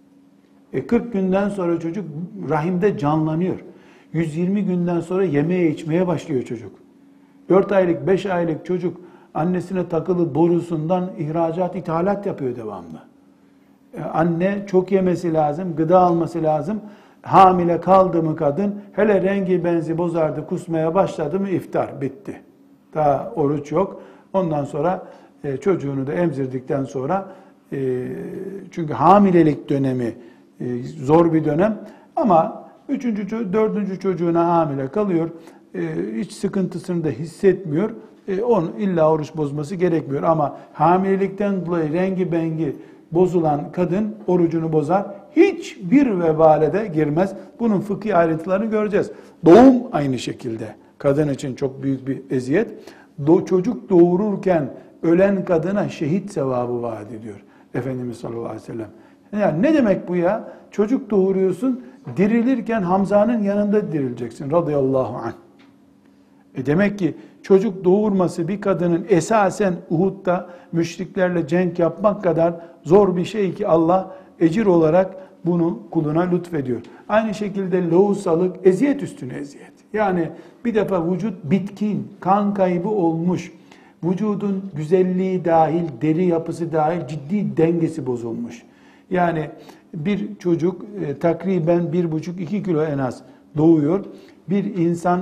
E kırk günden sonra çocuk rahimde canlanıyor. yüz yirmi günden sonra yemeye içmeye başlıyor çocuk. dört aylık, beş aylık çocuk annesine takılı borusundan ihracat, ithalat yapıyor devamlı. E anne çok yemesi lazım, gıda alması lazım. Hamile kaldı mı kadın, hele rengi benzi bozardı, kusmaya başladı mı iftar, bitti. Daha oruç yok. Ondan sonra e, çocuğunu da emzirdikten sonra, e, çünkü hamilelik dönemi e, zor bir dönem, ama üçüncü, dördüncü çocuğuna hamile kalıyor, e, hiç sıkıntısını da hissetmiyor. E, onun illa oruç bozması gerekmiyor, ama hamilelikten dolayı rengi bengi bozulan kadın orucunu bozar. Hiçbir vebale de girmez. Bunun fıkhi ayrıntılarını göreceğiz. Doğum aynı şekilde. Kadın için çok büyük bir eziyet. Do- çocuk doğururken ölen kadına şehit sevabı vaat ediyor Efendimiz sallallahu aleyhi ve sellem. Yani ne demek bu ya? Çocuk doğuruyorsun, dirilirken Hamza'nın yanında dirileceksin radıyallahu anh. E demek ki çocuk doğurması bir kadının esasen Uhud'da müşriklerle cenk yapmak kadar zor bir şey ki Allah ecir olarak bunu kuluna lütfediyor. Aynı şekilde lohusalık eziyet üstüne eziyet. Yani bir defa vücut bitkin, kan kaybı olmuş, vücudun güzelliği dahil, deri yapısı dahil ciddi dengesi bozulmuş. Yani bir çocuk e, takriben bir buçuk iki kilo en az doğuyor. Bir insan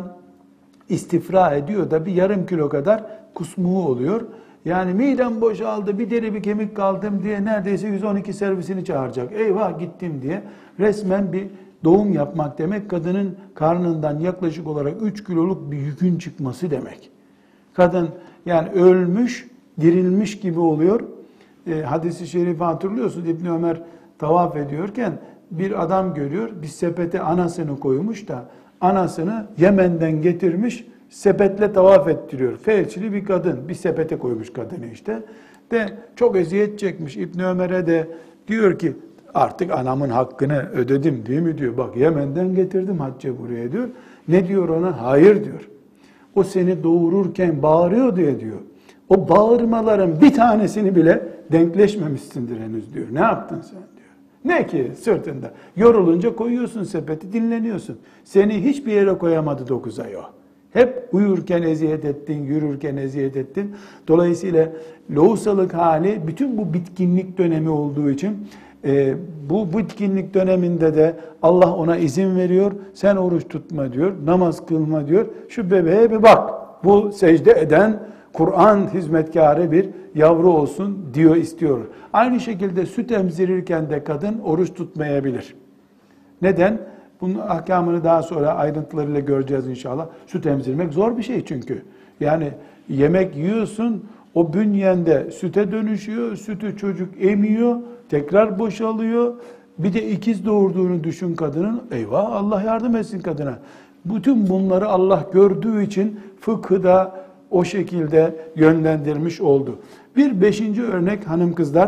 istifra ediyor da bir yarım kilo kadar kusmuğu oluyor. Yani midem boşaldı, bir deri bir kemik kaldım diye neredeyse yüz on iki servisini çağıracak. Eyvah gittim diye. Resmen bir doğum yapmak demek, kadının karnından yaklaşık olarak üç kiloluk bir yükün çıkması demek. Kadın yani ölmüş, dirilmiş gibi oluyor. E, hadis-i şerifi hatırlıyorsunuz. İbn Ömer tavaf ediyorken bir adam görüyor, bir sepete anasını koymuş da anasını Yemen'den getirmiş, sepetle tavaf ettiriyor. Felçli bir kadın, bir sepete koymuş kadını işte. De çok eziyet çekmiş. İbn Ömer'e de diyor ki artık anamın hakkını ödedim değil mi diyor. Bak Yemen'den getirdim hacca buraya diyor. Ne diyor ona? Hayır diyor. O seni doğururken bağırıyor diye diyor. O bağırmaların bir tanesini bile denkleşmemişsindir henüz diyor. Ne yaptın sen diyor. Ne ki sırtında? Yorulunca koyuyorsun sepeti, dinleniyorsun. Seni hiçbir yere koyamadı dokuz ay o. Hep uyurken eziyet ettin, yürürken eziyet ettin. Dolayısıyla lohusalık hali bütün bu bitkinlik dönemi olduğu için e, bu bitkinlik döneminde de Allah ona izin veriyor. Sen oruç tutma diyor, namaz kılma diyor. Şu bebeğe bir bak. Bu secde eden Kur'an hizmetkarı bir yavru olsun diyor, istiyor. Aynı şekilde süt emzirirken de kadın oruç tutmayabilir. Neden? Bunun ahkamını daha sonra ayrıntılarıyla göreceğiz inşallah. Süt emzirmek zor bir şey çünkü. Yani yemek yiyorsun, o bünyende süte dönüşüyor, sütü çocuk emiyor, tekrar boşalıyor. Bir de ikiz doğurduğunu düşün kadının. Eyvah, Allah yardım etsin kadına. Bütün bunları Allah gördüğü için fıkıhda o şekilde yönlendirmiş oldu. Bir beşinci örnek hanım kızlar,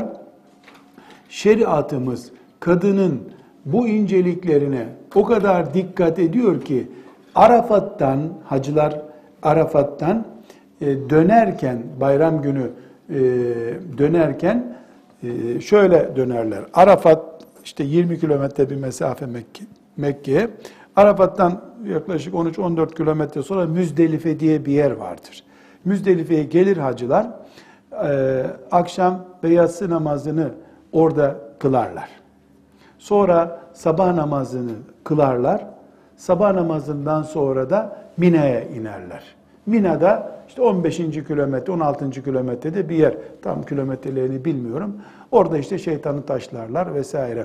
şeriatımız kadının bu inceliklerine o kadar dikkat ediyor ki Arafat'tan, hacılar Arafat'tan e, dönerken, bayram günü e, dönerken e, şöyle dönerler. Arafat işte yirmi kilometre bir mesafe Mekke, Mekke'ye. Arafat'tan yaklaşık on üç on dört kilometre sonra Müzdelife diye bir yer vardır. Müzdelife'ye gelir hacılar, e, akşam beyatsı namazını orada kılarlar. Sonra sabah namazını kılarlar. Sabah namazından sonra da Mina'ya inerler. Mina'da işte on beşinci kilometre, on altıncı kilometrede bir yer. Tam kilometrelerini bilmiyorum. Orada işte şeytanı taşlarlar vesaire.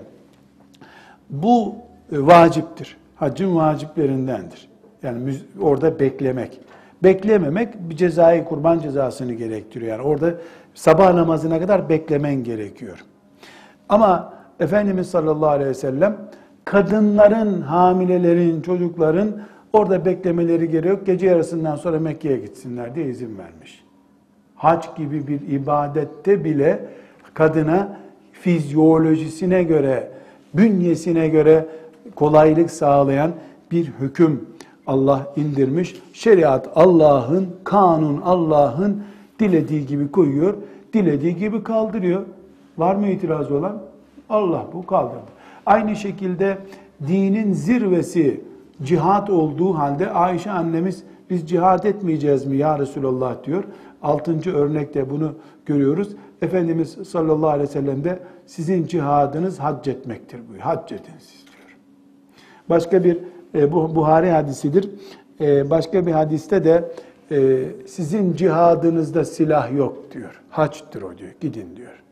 Bu e, vaciptir. Haccın vaciplerindendir. Yani orada beklemek. Beklememek bir cezayı, kurban cezasını gerektiriyor. Yani orada sabah namazına kadar beklemen gerekiyor. Ama Efendimiz sallallahu aleyhi ve sellem kadınların, hamilelerin, çocukların orada beklemeleri gerekiyor. Gece yarısından sonra Mekke'ye gitsinler diye izin vermiş. Hac gibi bir ibadette bile kadına fizyolojisine göre, bünyesine göre kolaylık sağlayan bir hüküm Allah indirmiş. Şeriat Allah'ın, kanun Allah'ın, dilediği gibi koyuyor, dilediği gibi kaldırıyor. Var mı itirazı olan? Allah bu kaldırdı. Aynı şekilde dinin zirvesi cihat olduğu halde Ayşe annemiz biz cihat etmeyeceğiz mi ya Resulallah diyor. Altıncı örnekte bunu görüyoruz. Efendimiz sallallahu aleyhi ve sellem de sizin cihadınız hac etmektir buyuruyor. Hac edin siz diyor. Başka bir e, bu Buhari hadisidir. E, başka bir hadiste de e, sizin cihadınızda silah yok diyor. Haçtır o diyor. Gidin diyor.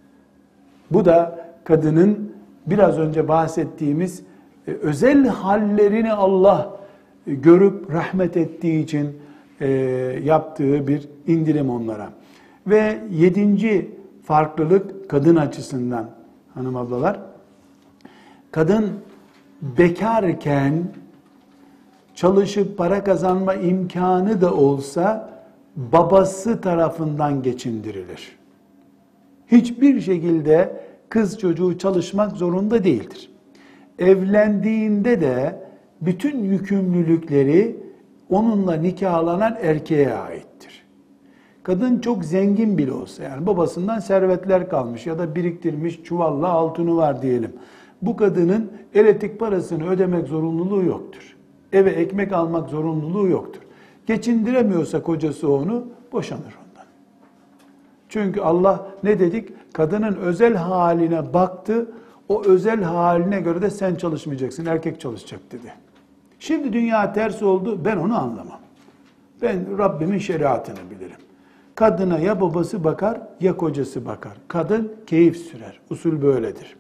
Bu da kadının biraz önce bahsettiğimiz e, özel hallerini Allah e, görüp rahmet ettiği için e, yaptığı bir indirim onlara. Ve yedinci farklılık kadın açısından hanım ablalar. Kadın bekarken çalışıp para kazanma imkanı da olsa babası tarafından geçindirilir. Hiçbir şekilde kız çocuğu çalışmak zorunda değildir. Evlendiğinde de bütün yükümlülükleri onunla nikahlanan erkeğe aittir. Kadın çok zengin bile olsa, yani babasından servetler kalmış ya da biriktirmiş çuvalla altını var diyelim. Bu kadının elektrik parasını ödemek zorunluluğu yoktur. Eve ekmek almak zorunluluğu yoktur. Geçindiremiyorsa kocası onu, boşanır ondan. Çünkü Allah ne dedik? Kadının özel haline baktı, o özel haline göre de sen çalışmayacaksın, erkek çalışacak dedi. Şimdi dünya ters oldu, ben onu anlamam. Ben Rabbimin şeriatını bilirim. Kadına ya babası bakar ya kocası bakar. Kadın keyif sürer. Usul böyledir.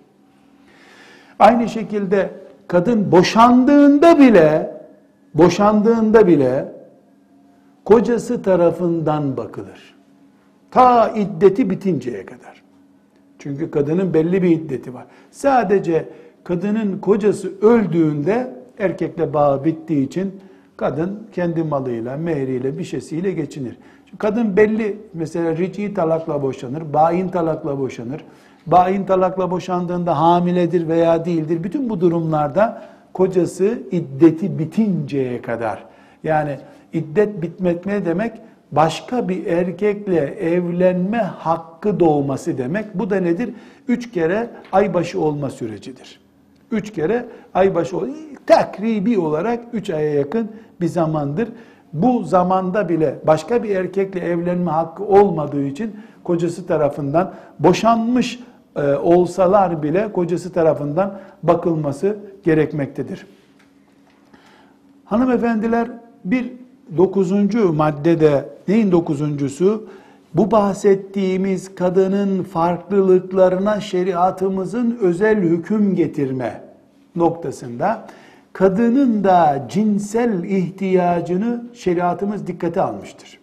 Aynı şekilde kadın boşandığında bile boşandığında bile kocası tarafından bakılır. Ta iddeti bitinceye kadar. Çünkü kadının belli bir iddeti var. Sadece kadının kocası öldüğünde erkekle bağı bittiği için kadın kendi malıyla, mehriyle, bir şeysiyle geçinir. Çünkü kadın belli, mesela rici talakla boşanır, bain talakla boşanır. Bain talakla boşandığında hamiledir veya değildir. Bütün bu durumlarda kocası iddeti bitinceye kadar. Yani iddet bitmek ne demek? Başka bir erkekle evlenme hakkı doğması demek. Bu da nedir? Üç kere aybaşı olma sürecidir. Üç kere aybaşı ol, takribi olarak üç aya yakın bir zamandır. Bu zamanda bile başka bir erkekle evlenme hakkı olmadığı için kocası tarafından boşanmış e, olsalar bile kocası tarafından bakılması gerekmektedir. Hanımefendiler, bir dokuzuncu maddede, neyin dokuzuncusu? Bu bahsettiğimiz kadının farklılıklarına şeriatımızın özel hüküm getirme noktasında kadının da cinsel ihtiyacını şeriatımız dikkate almıştır.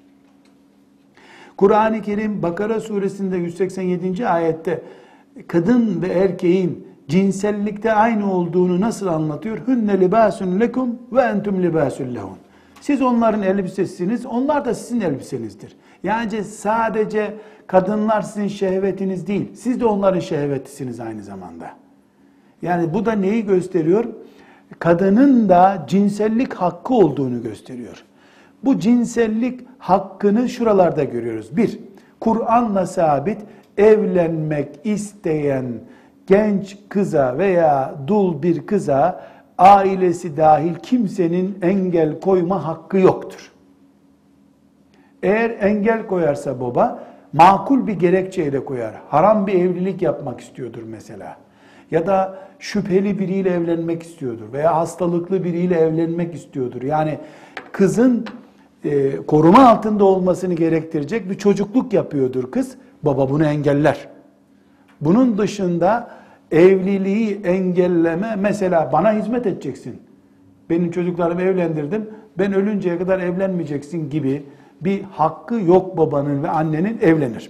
Kur'an-ı Kerim Bakara suresinde yüz seksen yedinci ayette kadın ve erkeğin cinsellikte aynı olduğunu nasıl anlatıyor? Hünne libasun lekum ve entum libasun lehum. Siz onların elbisesiniz, onlar da sizin elbisenizdir. Yani sadece kadınlar sizin şehvetiniz değil, siz de onların şehvetisiniz aynı zamanda. Yani bu da neyi gösteriyor? Kadının da cinsellik hakkı olduğunu gösteriyor. Bu cinsellik hakkını şuralarda görüyoruz. Bir, Kur'an'la sabit, evlenmek isteyen genç kıza veya dul bir kıza ailesi dahil kimsenin engel koyma hakkı yoktur. Eğer engel koyarsa baba, makul bir gerekçeyle koyar. Haram bir evlilik yapmak istiyordur mesela. Ya da şüpheli biriyle evlenmek istiyordur veya hastalıklı biriyle evlenmek istiyordur. Yani kızın e, koruma altında olmasını gerektirecek bir çocukluk yapıyordur kız. Baba bunu engeller. Bunun dışında evliliği engelleme, mesela bana hizmet edeceksin. Benim çocuklarımı evlendirdim, ben ölünceye kadar evlenmeyeceksin gibi bir hakkı yok babanın ve annenin, evlenir.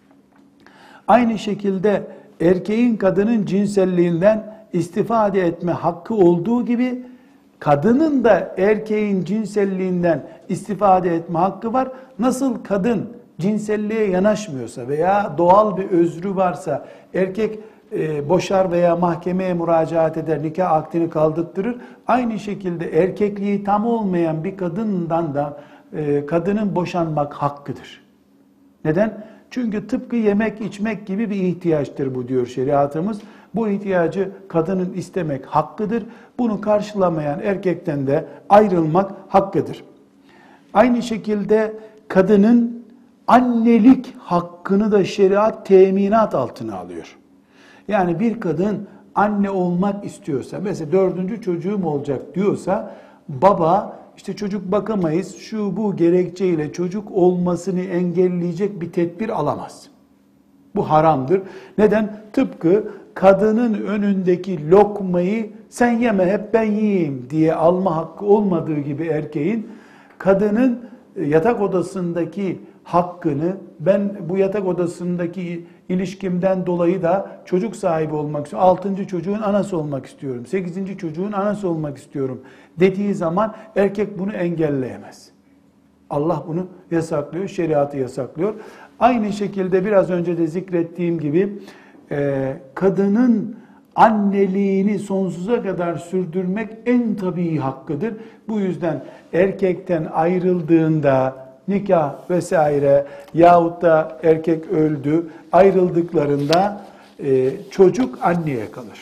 Aynı şekilde erkeğin kadının cinselliğinden istifade etme hakkı olduğu gibi kadının da erkeğin cinselliğinden istifade etme hakkı var. Nasıl kadın cinselliğe yanaşmıyorsa veya doğal bir özrü varsa erkek e, boşar veya mahkemeye müracaat eder, nikah akdini kaldırtırır. Aynı şekilde erkekliği tam olmayan bir kadından da e, kadının boşanmak hakkıdır. Neden? Çünkü tıpkı yemek içmek gibi bir ihtiyaçtır bu diyor şeriatımız. Bu ihtiyacı kadının istemek hakkıdır. Bunu karşılamayan erkekten de ayrılmak hakkıdır. Aynı şekilde kadının annelik hakkını da şeriat teminat altına alıyor. Yani bir kadın anne olmak istiyorsa, mesela dördüncü çocuğum olacak diyorsa, baba işte çocuk bakamayız, şu bu gerekçeyle çocuk olmasını engelleyecek bir tedbir alamaz. Bu haramdır. Neden? Tıpkı kadının önündeki lokmayı sen yeme hep ben yiyeyim diye alma hakkı olmadığı gibi erkeğin, kadının yatak odasındaki hakkını, ben bu yatak odasındaki ilişkimden dolayı da çocuk sahibi olmak istiyorum, altıncı çocuğun anası olmak istiyorum, sekizinci çocuğun anası olmak istiyorum dediği zaman erkek bunu engelleyemez. Allah bunu yasaklıyor, şeriatı yasaklıyor. Aynı şekilde biraz önce de zikrettiğim gibi e, kadının anneliğini sonsuza kadar sürdürmek en tabii hakkıdır. Bu yüzden erkekten ayrıldığında nikah vesaire yahut da erkek öldü, ayrıldıklarında e, çocuk anneye kalır.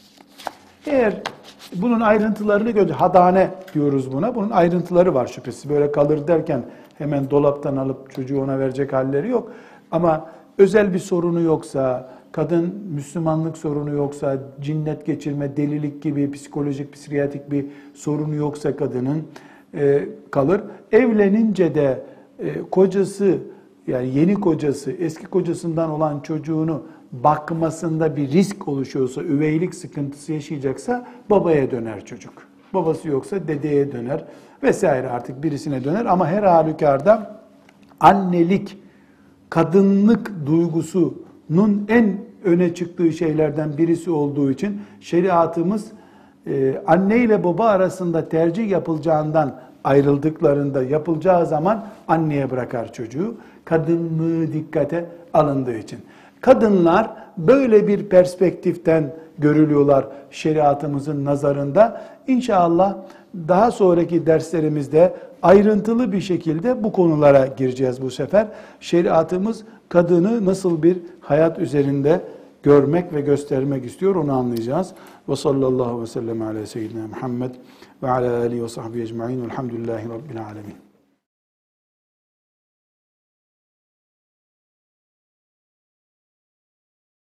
Eğer bunun ayrıntılarını göreceğiz, hadane diyoruz buna, bunun ayrıntıları var şüphesiz. Böyle kalır derken hemen dolaptan alıp çocuğu ona verecek halleri yok. Ama özel bir sorunu yoksa, kadın Müslümanlık sorunu yoksa, cinnet geçirme, delilik gibi psikolojik, psikiyatrik bir sorunu yoksa kadının e, kalır. Evlenince de e, kocası, yani yeni kocası, eski kocasından olan çocuğunu bakmasında bir risk oluşuyorsa, üveylik sıkıntısı yaşayacaksa babaya döner çocuk. Babası yoksa dedeye döner vesaire, artık birisine döner. Ama her halükarda annelik, kadınlık duygusunun en öne çıktığı şeylerden birisi olduğu için şeriatımız e, anne ile baba arasında tercih yapılacağından ayrıldıklarında yapılacağı zaman anneye bırakar çocuğu. Kadınlığı dikkate alındığı için. Kadınlar böyle bir perspektiften görülüyorlar şeriatımızın nazarında. İnşallah daha sonraki derslerimizde ayrıntılı bir şekilde bu konulara gireceğiz bu sefer. Şeriatımız kadını nasıl bir hayat üzerinde görmek ve göstermek istiyor, onu anlayacağız. Ve sallallahu ve sellem ala seyyidina Muhammed ve ala alihi ve sahbihi ecma'in velhamdülillahi rabbil alemin.